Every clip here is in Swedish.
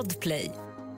Podplay.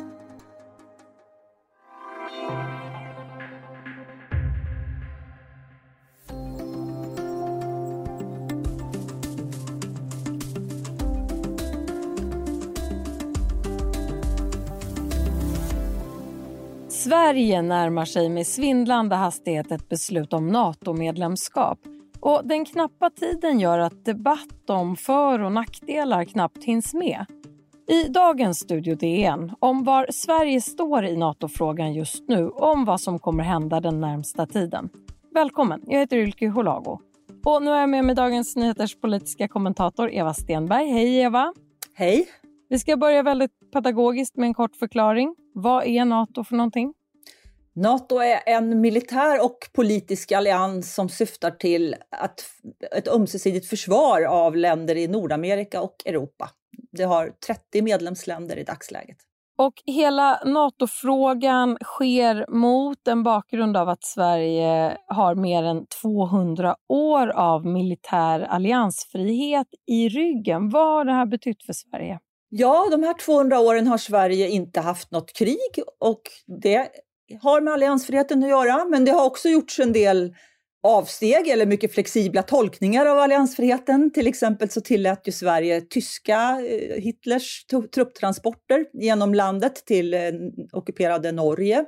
Sverige närmar sig med svindlande hastighet ett beslut om NATO-medlemskap. Och den knappa tiden gör att debatt om för- och nackdelar knappt hinns med. I dagens Studio DN om var Sverige står i NATO-frågan just nu och om vad som kommer hända den närmsta tiden. Välkommen, jag heter Ylke Holago. Och nu är jag med Dagens Nyheters politiska kommentator Eva Stenberg. Hej Eva! Hej! Vi ska börja väldigt pedagogiskt med en kort förklaring. Vad är NATO för någonting? NATO är en militär och politisk allians som syftar till ett ömsesidigt försvar av länder i Nordamerika och Europa. Det har 30 medlemsländer i dagsläget. Och hela NATO-frågan sker mot en bakgrund av att Sverige har mer än 200 år av militär alliansfrihet i ryggen. Vad har det här betytt för Sverige? Ja, de här 200 åren har Sverige inte haft något krig och det har med alliansfriheten att göra. Men det har också gjorts en del avsteg eller mycket flexibla tolkningar av alliansfriheten. Till exempel så tillät ju Sverige Hitlers trupptransporter genom landet till ockuperade Norge.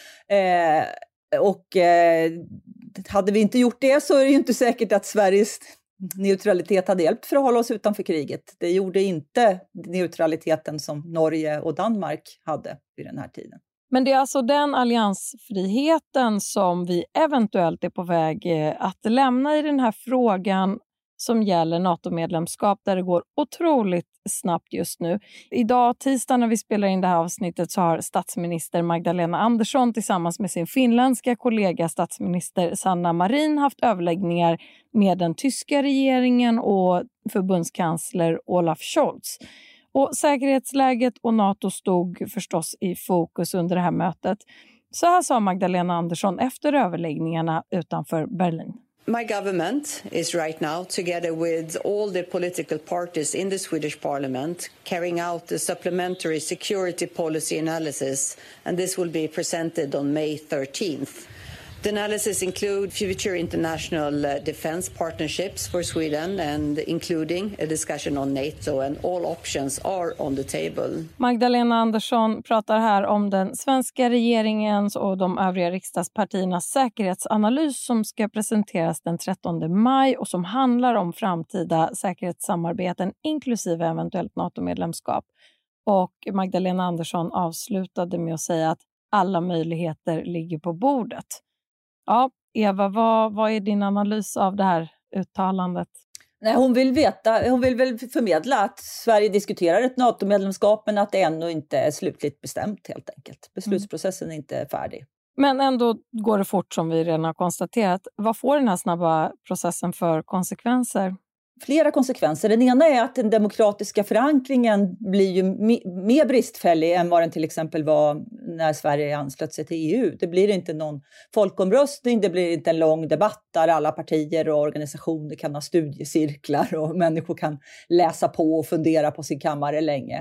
Hade vi inte gjort det så är det ju inte säkert att Sveriges neutralitet hade hjälpt för att hålla oss utanför kriget. Det gjorde inte neutraliteten som Norge och Danmark hade vid den här tiden. Men det är alltså den alliansfriheten som vi eventuellt är på väg att lämna i den här frågan som gäller NATO-medlemskap där det går otroligt snabbt just nu. Idag, tisdag när vi spelar in det här avsnittet, så har statsminister Magdalena Andersson tillsammans med sin finländska kollega statsminister Sanna Marin haft överläggningar med den tyska regeringen och förbundskansler Olaf Scholz. Och säkerhetsläget och NATO stod förstås i fokus under det här mötet. Så här sa Magdalena Andersson efter överläggningarna utanför Berlin. My government is right now, together with all the political parties in the Swedish parliament, carrying out a supplementary security policy analysis, and this will be presented on May 13th. The analysis include future international defense partnerships for Sweden and including a discussion on NATO, and all options are on the table. Magdalena Andersson pratar här om den svenska regeringens och de övriga riksdagspartiernas säkerhetsanalys som ska presenteras den 13 maj och som handlar om framtida säkerhetssamarbeten inklusive eventuellt NATO-medlemskap. Och Magdalena Andersson avslutade med att säga att alla möjligheter ligger på bordet. Ja, Eva, vad är din analys av det här uttalandet? Nej, hon vill väl förmedla att Sverige diskuterar ett NATO-medlemskap men att det ännu inte är slutligt bestämt helt enkelt. Beslutsprocessen är inte färdig. Men ändå går det fort som vi redan har konstaterat. Vad får den här snabba processen för konsekvenser? Flera konsekvenser. Den ena är att den demokratiska förankringen blir ju mer bristfällig än vad den till exempel var när Sverige anslöt sig till EU. Det blir inte någon folkomröstning, det blir inte en lång debatt där alla partier och organisationer kan ha studiecirklar och människor kan läsa på och fundera på sin kammare länge.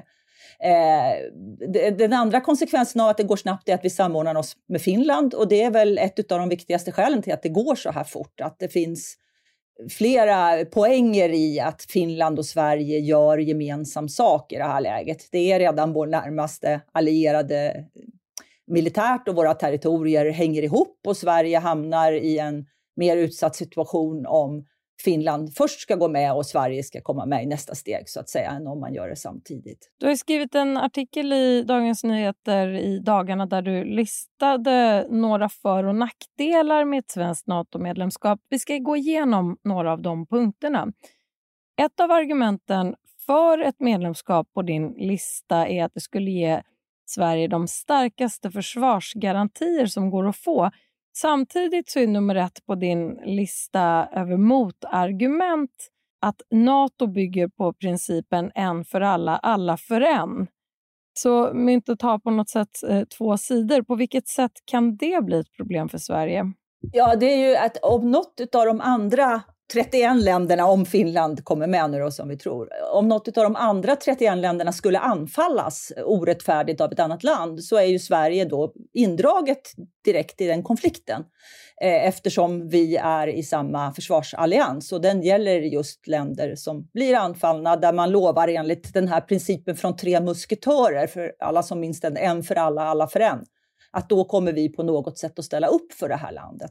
Den andra konsekvensen av att det går snabbt är att vi samordnar oss med Finland, och det är väl ett av de viktigaste skälen till att det går så här fort, att det finns flera poänger i att Finland och Sverige gör gemensam sak i det här läget. Det är redan vår närmaste allierade militärt och våra territorier hänger ihop, och Sverige hamnar i en mer utsatt situation om Finland först ska gå med och Sverige ska komma med i nästa steg så att säga, än om man gör det samtidigt. Du har skrivit en artikel i Dagens Nyheter i dagarna där du listade några för- och nackdelar med ett svenskt NATO-medlemskap. Vi ska gå igenom några av de punkterna. Ett av argumenten för ett medlemskap på din lista är att det skulle ge Sverige de starkaste försvarsgarantier som går att få. Samtidigt så är nummer 1 på din lista över motargument att NATO bygger på principen en för alla, alla för en. Så myntet har på något sätt 2 sidor. På vilket sätt kan det bli ett problem för Sverige? Ja, det är ju att om något av de andra 31 länderna, om Finland kommer med nu då, som vi tror. Om något av de andra 31 länderna skulle anfallas orättfärdigt av ett annat land, så är ju Sverige då indraget direkt i den konflikten. Eftersom vi är i samma försvarsallians, och den gäller just länder som blir anfallna, där man lovar enligt den här principen från 3 musketörer, för alla som minns den, en för alla, alla för en, att då kommer vi på något sätt att ställa upp för det här landet.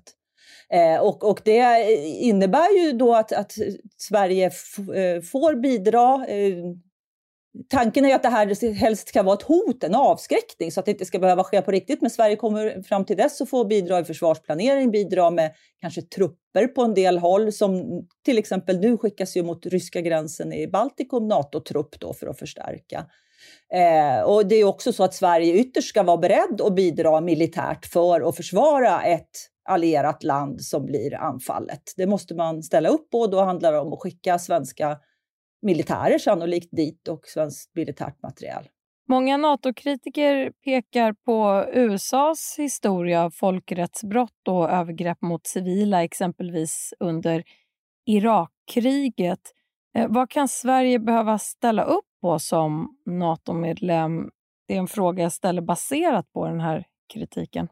Och det innebär ju då att Sverige får bidra. Tanken är ju att det här helst ska vara ett hot, en avskräckning, så att det inte ska behöva ske på riktigt. Men Sverige kommer fram till dess att få bidra i försvarsplanering, bidra med kanske trupper på en del håll, som till exempel nu skickas ju mot ryska gränsen i Baltikum, NATO-trupp då för att förstärka. Och det är också så att Sverige ytterst ska vara beredd att bidra militärt för att försvara ett allierat land som blir anfallet. Det måste man ställa upp på, och då handlar det om att skicka svenska militärer sannolikt dit och svenskt militärt material. Många NATO-kritiker pekar på USAs historia av folkrättsbrott och övergrepp mot civila, exempelvis under Irakkriget. Vad kan Sverige behöva ställa upp på som NATO-medlem? Det är en fråga jag ställer baserat på den här kritiken.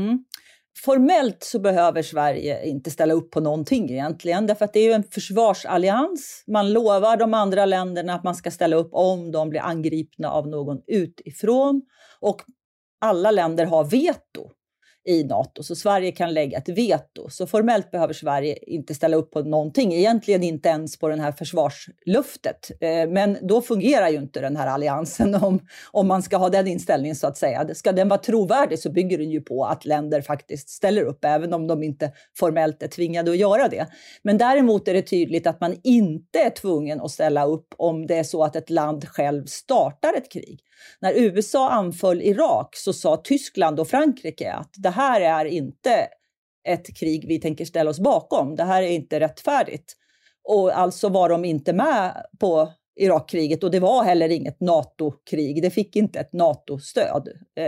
Formellt så behöver Sverige inte ställa upp på någonting egentligen, därför att det är ju en försvarsallians. Man lovar de andra länderna att man ska ställa upp om de blir angripna av någon utifrån, och alla länder har veto i NATO, så Sverige kan lägga ett veto. Så formellt behöver Sverige inte ställa upp på någonting, egentligen inte ens på den här försvarsluftet. Men då fungerar ju inte den här alliansen om man ska ha den inställningen, så att säga. Ska den vara trovärdig så bygger den ju på att länder faktiskt ställer upp, även om de inte formellt är tvingade att göra det. Men däremot är det tydligt att man inte är tvungen att ställa upp om det är så att ett land själv startar ett krig. När USA anföll Irak så sa Tyskland och Frankrike att det här är inte ett krig vi tänker ställa oss bakom. Det här är inte rättfärdigt. Och alltså var de inte med på Irakkriget, och det var heller inget NATO-krig. Det fick inte ett NATO-stöd.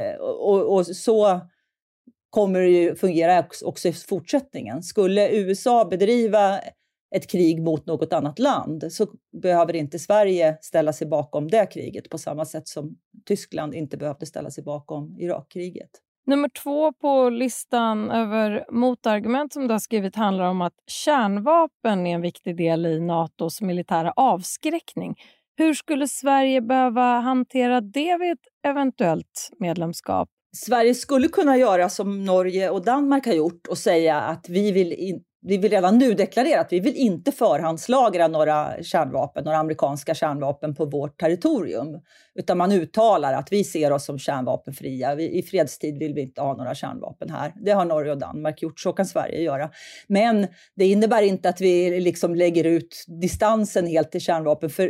Och så kommer det ju fungera också i fortsättningen. Skulle USA bedriva ett krig mot något annat land, så behöver inte Sverige ställa sig bakom det kriget på samma sätt som Tyskland inte behövde ställa sig bakom Irakkriget. Nummer 2 på listan över motargument som du har skrivit handlar om att kärnvapen är en viktig del i NATOs militära avskräckning. Hur skulle Sverige behöva hantera det vid ett eventuellt medlemskap? Sverige skulle kunna göra som Norge och Danmark har gjort och säga att vi vill redan nu deklarera att vi vill inte förhandslagra några amerikanska kärnvapen på vårt territorium. Utan man uttalar att vi ser oss som kärnvapenfria. I fredstid vill vi inte ha några kärnvapen här. Det har Norge och Danmark gjort, så kan Sverige göra. Men det innebär inte att vi liksom lägger ut distansen helt till kärnvapen. För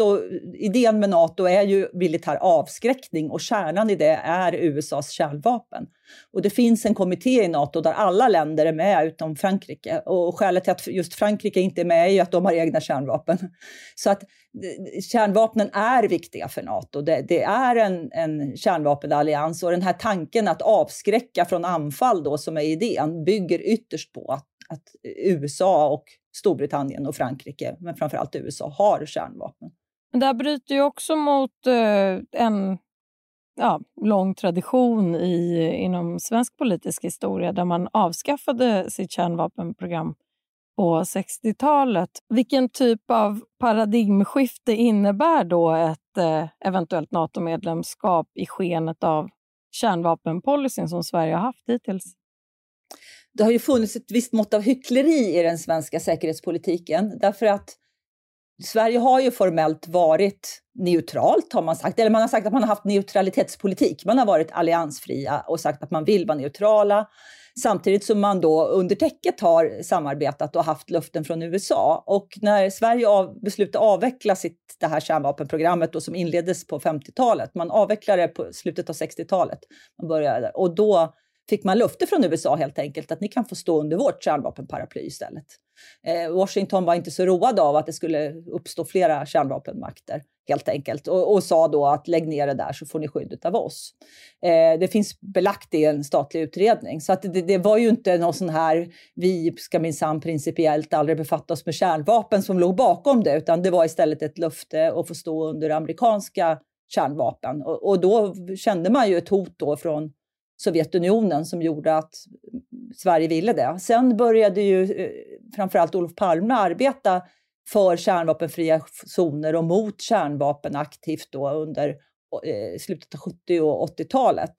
idén med NATO är ju militär avskräckning, och kärnan i det är USAs kärnvapen. Och det finns en kommitté i NATO där alla länder är med utom Frankrike. Och skälet till att just Frankrike inte är med är ju att de har egna kärnvapen. Så att kärnvapnen är viktiga för NATO. Det är en kärnvapenallians, och den här tanken att avskräcka från anfall då, som är idén, bygger ytterst på att USA och Storbritannien och Frankrike, men framförallt USA, har kärnvapen. Men det här bryter ju också mot en lång tradition inom svensk politisk historia, där man avskaffade sitt kärnvapenprogram på 60-talet. Vilken typ av paradigmskifte innebär då ett eventuellt NATO-medlemskap i skenet av kärnvapenpolicyn som Sverige har haft hittills? Det har ju funnits ett visst mått av hyckleri i den svenska säkerhetspolitiken, därför att Sverige har ju formellt varit neutralt, har man sagt. Eller man har sagt att man har haft neutralitetspolitik. Man har varit alliansfria och sagt att man vill vara neutrala. Samtidigt som man då under täcket har samarbetat och haft löften från USA. Och när Sverige beslutade avveckla det här kärnvapenprogrammet då, som inleddes på 50-talet. Man avvecklade det på slutet av 60-talet. Man började, och då fick man löfte från USA helt enkelt att ni kan få stå under vårt kärnvapenparaply istället. Washington var inte så road av att det skulle uppstå flera kärnvapenmakter helt enkelt och sa då att lägg ner det där så får ni skyddet av oss. Det finns belagt i en statlig utredning, så att det var ju inte någon sån här vi ska minsann principiellt aldrig befatta oss med kärnvapen som låg bakom det, utan det var istället ett löfte att få stå under amerikanska kärnvapen och då kände man ju ett hot då från Sovjetunionen som gjorde att Sverige ville det. Sen började ju framförallt Olof Palme arbeta för kärnvapenfria zoner och mot kärnvapen aktivt då under slutet av 70- och 80-talet.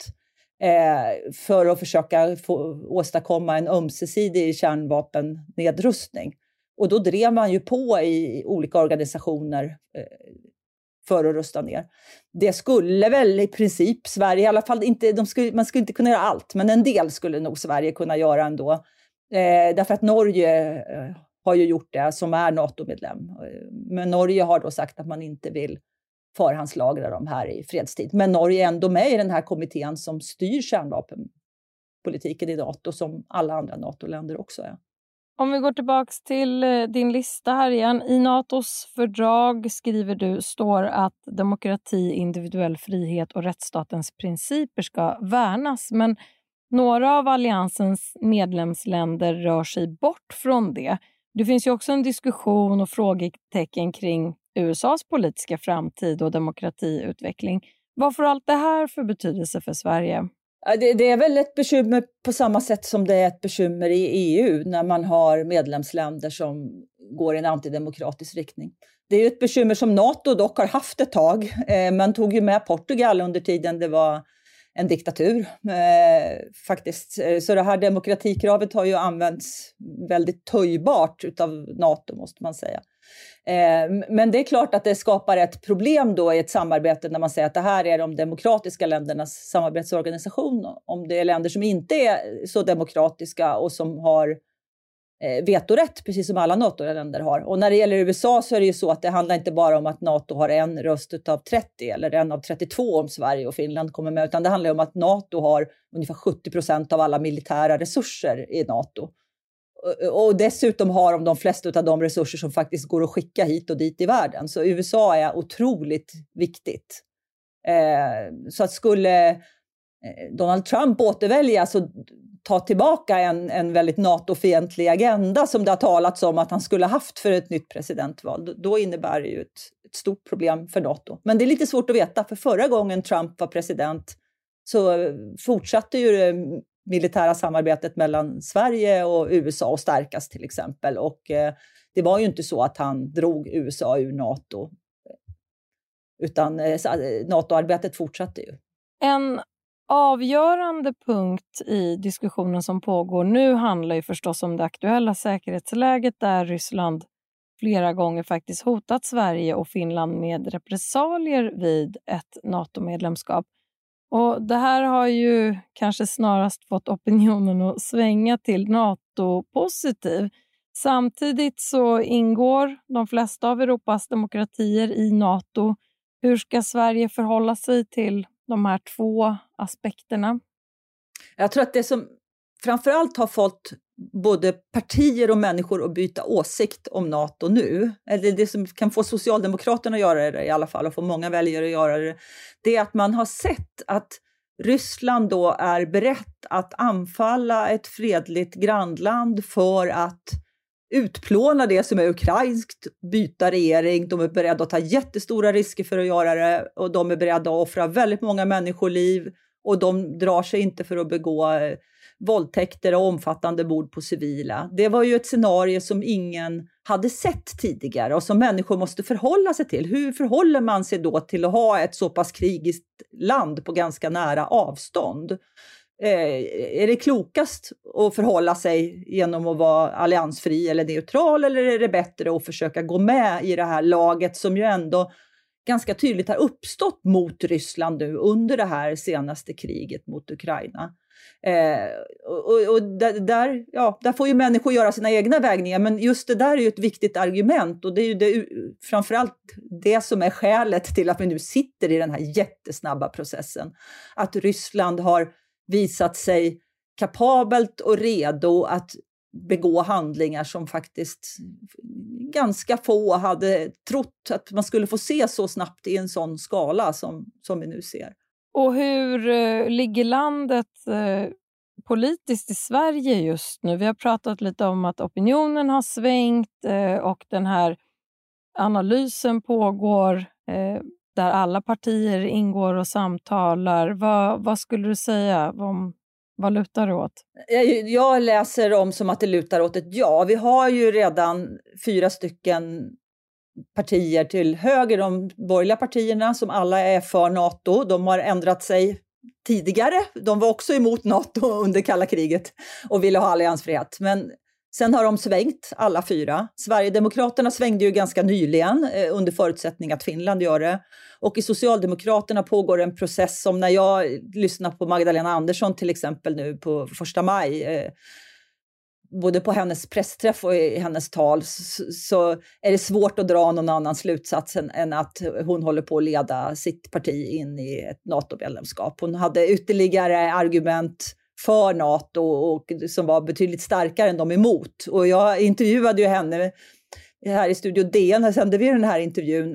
För att försöka åstadkomma en ömsesidig kärnvapennedrustning. Och då drev man ju på i olika organisationer för att rusta ner. Det skulle väl i princip Sverige, i alla fall inte, man skulle inte kunna göra allt, men en del skulle nog Sverige kunna göra ändå. Därför att Norge har ju gjort det, som är NATO-medlem. Men Norge har då sagt att man inte vill förhandslagra de här i fredstid. Men Norge är ändå med i den här kommittén som styr kärnvapenpolitiken i NATO, som alla andra NATO-länder också är. Om vi går tillbaka till din lista här igen. I NATOs fördrag skriver du står att demokrati, individuell frihet och rättsstatens principer ska värnas. Men några av alliansens medlemsländer rör sig bort från det. Det finns ju också en diskussion och frågetecken kring USAs politiska framtid och demokratiutveckling. Vad får allt det här för betydelse för Sverige? Det är väl ett bekymmer på samma sätt som det är ett bekymmer i EU när man har medlemsländer som går i en antidemokratisk riktning. Det är ju ett bekymmer som NATO dock har haft ett tag. Man tog ju med Portugal under tiden det var en diktatur faktiskt. Så det här demokratikravet har ju använts väldigt töjbart utav NATO, måste man säga. Men det är klart att det skapar ett problem då i ett samarbete när man säger att det här är de demokratiska ländernas samarbetsorganisation. Om det är länder som inte är så demokratiska och som har vetorätt, precis som alla NATO-länder har. Och när det gäller USA så är det ju så att det handlar inte bara om att NATO har en röst utav 30 eller en av 32 om Sverige och Finland kommer med, utan det handlar om att NATO har ungefär 70% av alla militära resurser i NATO. Och dessutom har de flesta av de resurser som faktiskt går att skicka hit och dit i världen. Så USA är otroligt viktigt. Så att skulle Donald Trump återväljas och ta tillbaka en väldigt NATO-fientlig agenda som det har talats om att han skulle haft för ett nytt presidentval, då innebär det ju ett stort problem för NATO. Men det är lite svårt att veta, för förra gången Trump var president så fortsatte ju det militära samarbetet mellan Sverige och USA att stärkas till exempel. Och det var ju inte så att han drog USA ur NATO, utan NATO-arbetet fortsatte ju. En avgörande punkt i diskussionen som pågår nu handlar ju förstås om det aktuella säkerhetsläget där Ryssland flera gånger faktiskt hotat Sverige och Finland med repressalier vid ett NATO-medlemskap. Och det här har ju kanske snarast fått opinionen att svänga till NATO-positiv. Samtidigt så ingår de flesta av Europas demokratier i NATO. Hur ska Sverige förhålla sig till de här två aspekterna? Jag tror att det som framförallt har fått både partier och människor att byta åsikt om NATO nu, eller det som kan få Socialdemokraterna att göra det i alla fall och få många väljare att göra det, det är att man har sett att Ryssland då är berett att anfalla ett fredligt grannland för att utplåna det som är ukrainskt, byta regering. De är beredda att ta jättestora risker för att göra det och de är beredda att offra väldigt många människoliv och de drar sig inte för att begå våldtäkter och omfattande mord på civila. Det var ju ett scenario som ingen hade sett tidigare och som människor måste förhålla sig till. Hur förhåller man sig då till att ha ett så pass krigiskt land på ganska nära avstånd? Är det klokast att förhålla sig genom att vara alliansfri eller neutral, eller är det bättre att försöka gå med i det här laget som ju ändå ganska tydligt har uppstått mot Ryssland nu under det här senaste kriget mot Ukraina? Där får ju människor göra sina egna vägningar, men just det där är ju ett viktigt argument och det är ju framförallt det som är skälet till att vi nu sitter i den här jättesnabba processen. Att Ryssland har visat sig kapabelt och redo att begå handlingar som faktiskt ganska få hade trott att man skulle få se så snabbt i en sån skala som vi nu ser. Och hur ligger landet politiskt i Sverige just nu? Vi har pratat lite om att opinionen har svängt och den här analysen pågår där alla partier ingår och samtalar. Vad skulle du säga? Vad lutar det åt? Jag läser om som att det lutar åt ett ja. Vi har ju redan 4 stycken partier till höger, de borgerliga partierna som alla är för NATO. De har ändrat sig tidigare. De var också emot NATO under kalla kriget och ville ha alliansfrihet. Men sen har de svängt, alla 4. Sverigedemokraterna svängde ju ganska nyligen under förutsättning att Finland gör det. Och i Socialdemokraterna pågår en process som när jag lyssnar på Magdalena Andersson till exempel nu på 1 maj, både på hennes pressträff och i hennes tal, så är det svårt att dra någon annan slutsats än att hon håller på att leda sitt parti in i ett NATO-medlemskap. Hon hade ytterligare argument för NATO och som var betydligt starkare än de emot. Och jag intervjuade ju henne här i Studio DN, här sände vi den här intervjun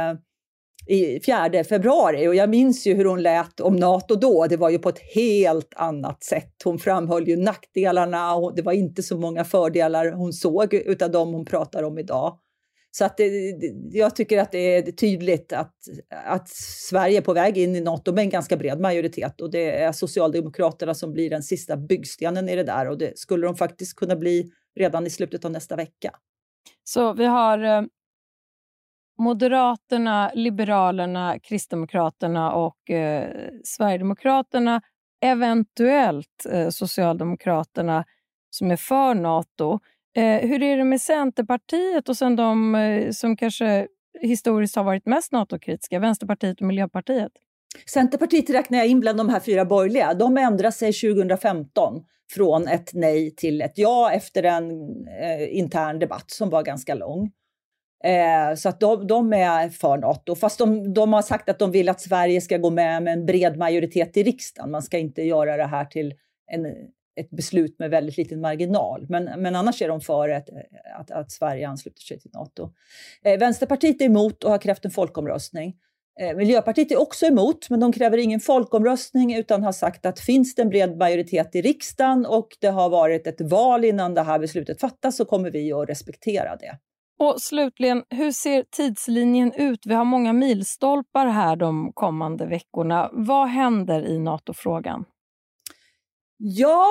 i 4 februari. Och jag minns ju hur hon lät om NATO då. Det var ju på ett helt annat sätt. Hon framhöll ju nackdelarna och det var inte så många fördelar hon såg utav dem hon pratar om idag. Så att jag tycker att det är tydligt att Sverige är på väg in i NATO med en ganska bred majoritet. Och det är Socialdemokraterna som blir den sista byggstenen i det där. Och det skulle de faktiskt kunna bli redan i slutet av nästa vecka. Så vi har Moderaterna, Liberalerna, Kristdemokraterna och Sverigedemokraterna, eventuellt Socialdemokraterna som är för NATO. Hur är det med Centerpartiet och sen de som kanske historiskt har varit mest NATO-kritiska, Vänsterpartiet och Miljöpartiet? Centerpartiet räknar jag in bland de här 4 borgerliga. De ändrade sig 2015 från ett nej till ett ja efter en intern debatt som var ganska lång. Så att de är för NATO. Fast de har sagt att de vill att Sverige ska gå med en bred majoritet i riksdagen. Man ska inte göra det här till ett beslut med väldigt liten marginal. Men annars är de för att Sverige ansluter sig till NATO. Vänsterpartiet är emot och har krävt en folkomröstning. Miljöpartiet är också emot, men de kräver ingen folkomröstning utan har sagt att finns det en bred majoritet i riksdagen och det har varit ett val innan det här beslutet fattas så kommer vi att respektera det. Och slutligen, hur ser tidslinjen ut? Vi har många milstolpar här de kommande veckorna. Vad händer i NATO-frågan? Ja,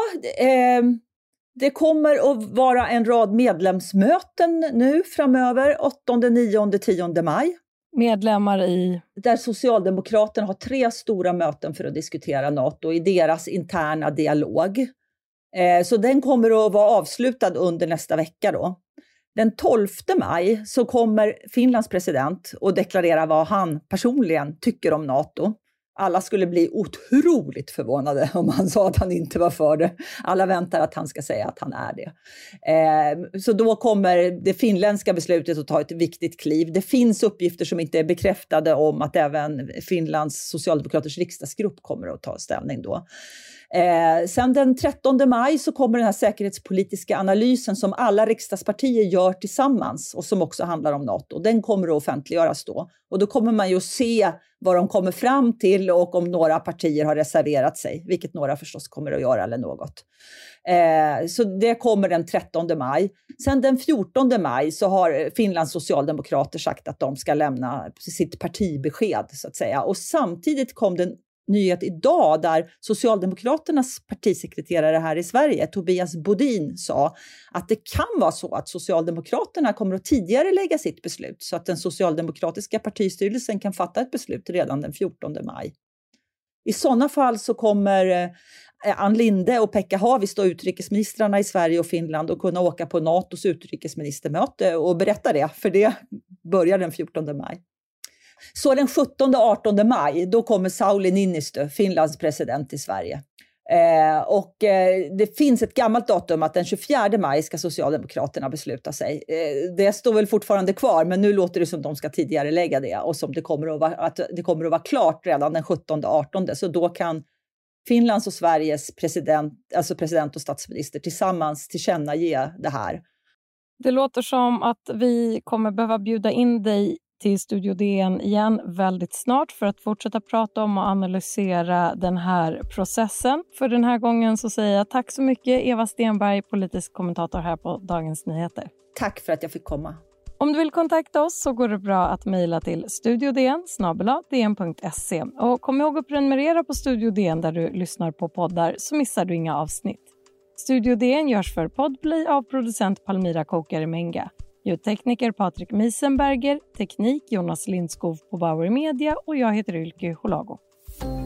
det kommer att vara en rad medlemsmöten nu framöver, 8, 9, 10 maj. Medlemmar i? Där Socialdemokraterna har 3 stora möten för att diskutera NATO i deras interna dialog. Så den kommer att vara avslutad under nästa vecka då. Den 12 maj så kommer Finlands president att deklarera vad han personligen tycker om NATO. Alla skulle bli otroligt förvånade om han sa att han inte var för det. Alla väntar att han ska säga att han är det. Så då kommer det finländska beslutet att ta ett viktigt kliv. Det finns uppgifter som inte är bekräftade om att även Finlands socialdemokraters riksdagsgrupp kommer att ta ställning då. Sen den 13 maj så kommer den här säkerhetspolitiska analysen som alla riksdagspartier gör tillsammans och som också handlar om NATO. Den kommer att offentliggöras då. Och då kommer man ju att se vad de kommer fram till och om några partier har reserverat sig. Vilket några förstås kommer att göra eller något. Så det kommer den 13 maj. Sen den 14 maj så har Finlands socialdemokrater sagt att de ska lämna sitt partibesked så att säga. Och samtidigt kom den nyhet idag där Socialdemokraternas partisekreterare här i Sverige, Tobias Bodin, sa att det kan vara så att Socialdemokraterna kommer att tidigare lägga sitt beslut så att den socialdemokratiska partistyrelsen kan fatta ett beslut redan den 14 maj. I sådana fall så kommer Ann Linde och Pekka Haavisto, utrikesministrarna i Sverige och Finland, att kunna åka på NATOs utrikesministermöte och berätta det, för det börjar den 14 maj. Så den 17-18 maj, då kommer Sauli Niinistö, Finlands president, i Sverige. Det finns ett gammalt datum att den 24 maj ska Socialdemokraterna besluta sig. Det står väl fortfarande kvar, men nu låter det som de ska tidigare lägga det. Och som det kommer att vara klart redan den 17-18. Så då kan Finlands och Sveriges president och statsminister tillsammans tillkännage det här. Det låter som att vi kommer behöva bjuda in dig till Studio DN igen väldigt snart för att fortsätta prata om och analysera den här processen. För den här gången så säger jag tack så mycket Eva Stenberg, politisk kommentator här på Dagens Nyheter. Tack för att jag fick komma. Om du vill kontakta oss så går det bra att mejla till studiodn@dn.se. Och kom ihåg att prenumerera på Studio DN där du lyssnar på poddar så missar du inga avsnitt. Studio DN görs för Podplay av producent Palmira Kokare-Menga. Ljudtekniker Patrik Miesenberger, teknik Jonas Lindskov på Bauer Media och jag heter Ylke Holago.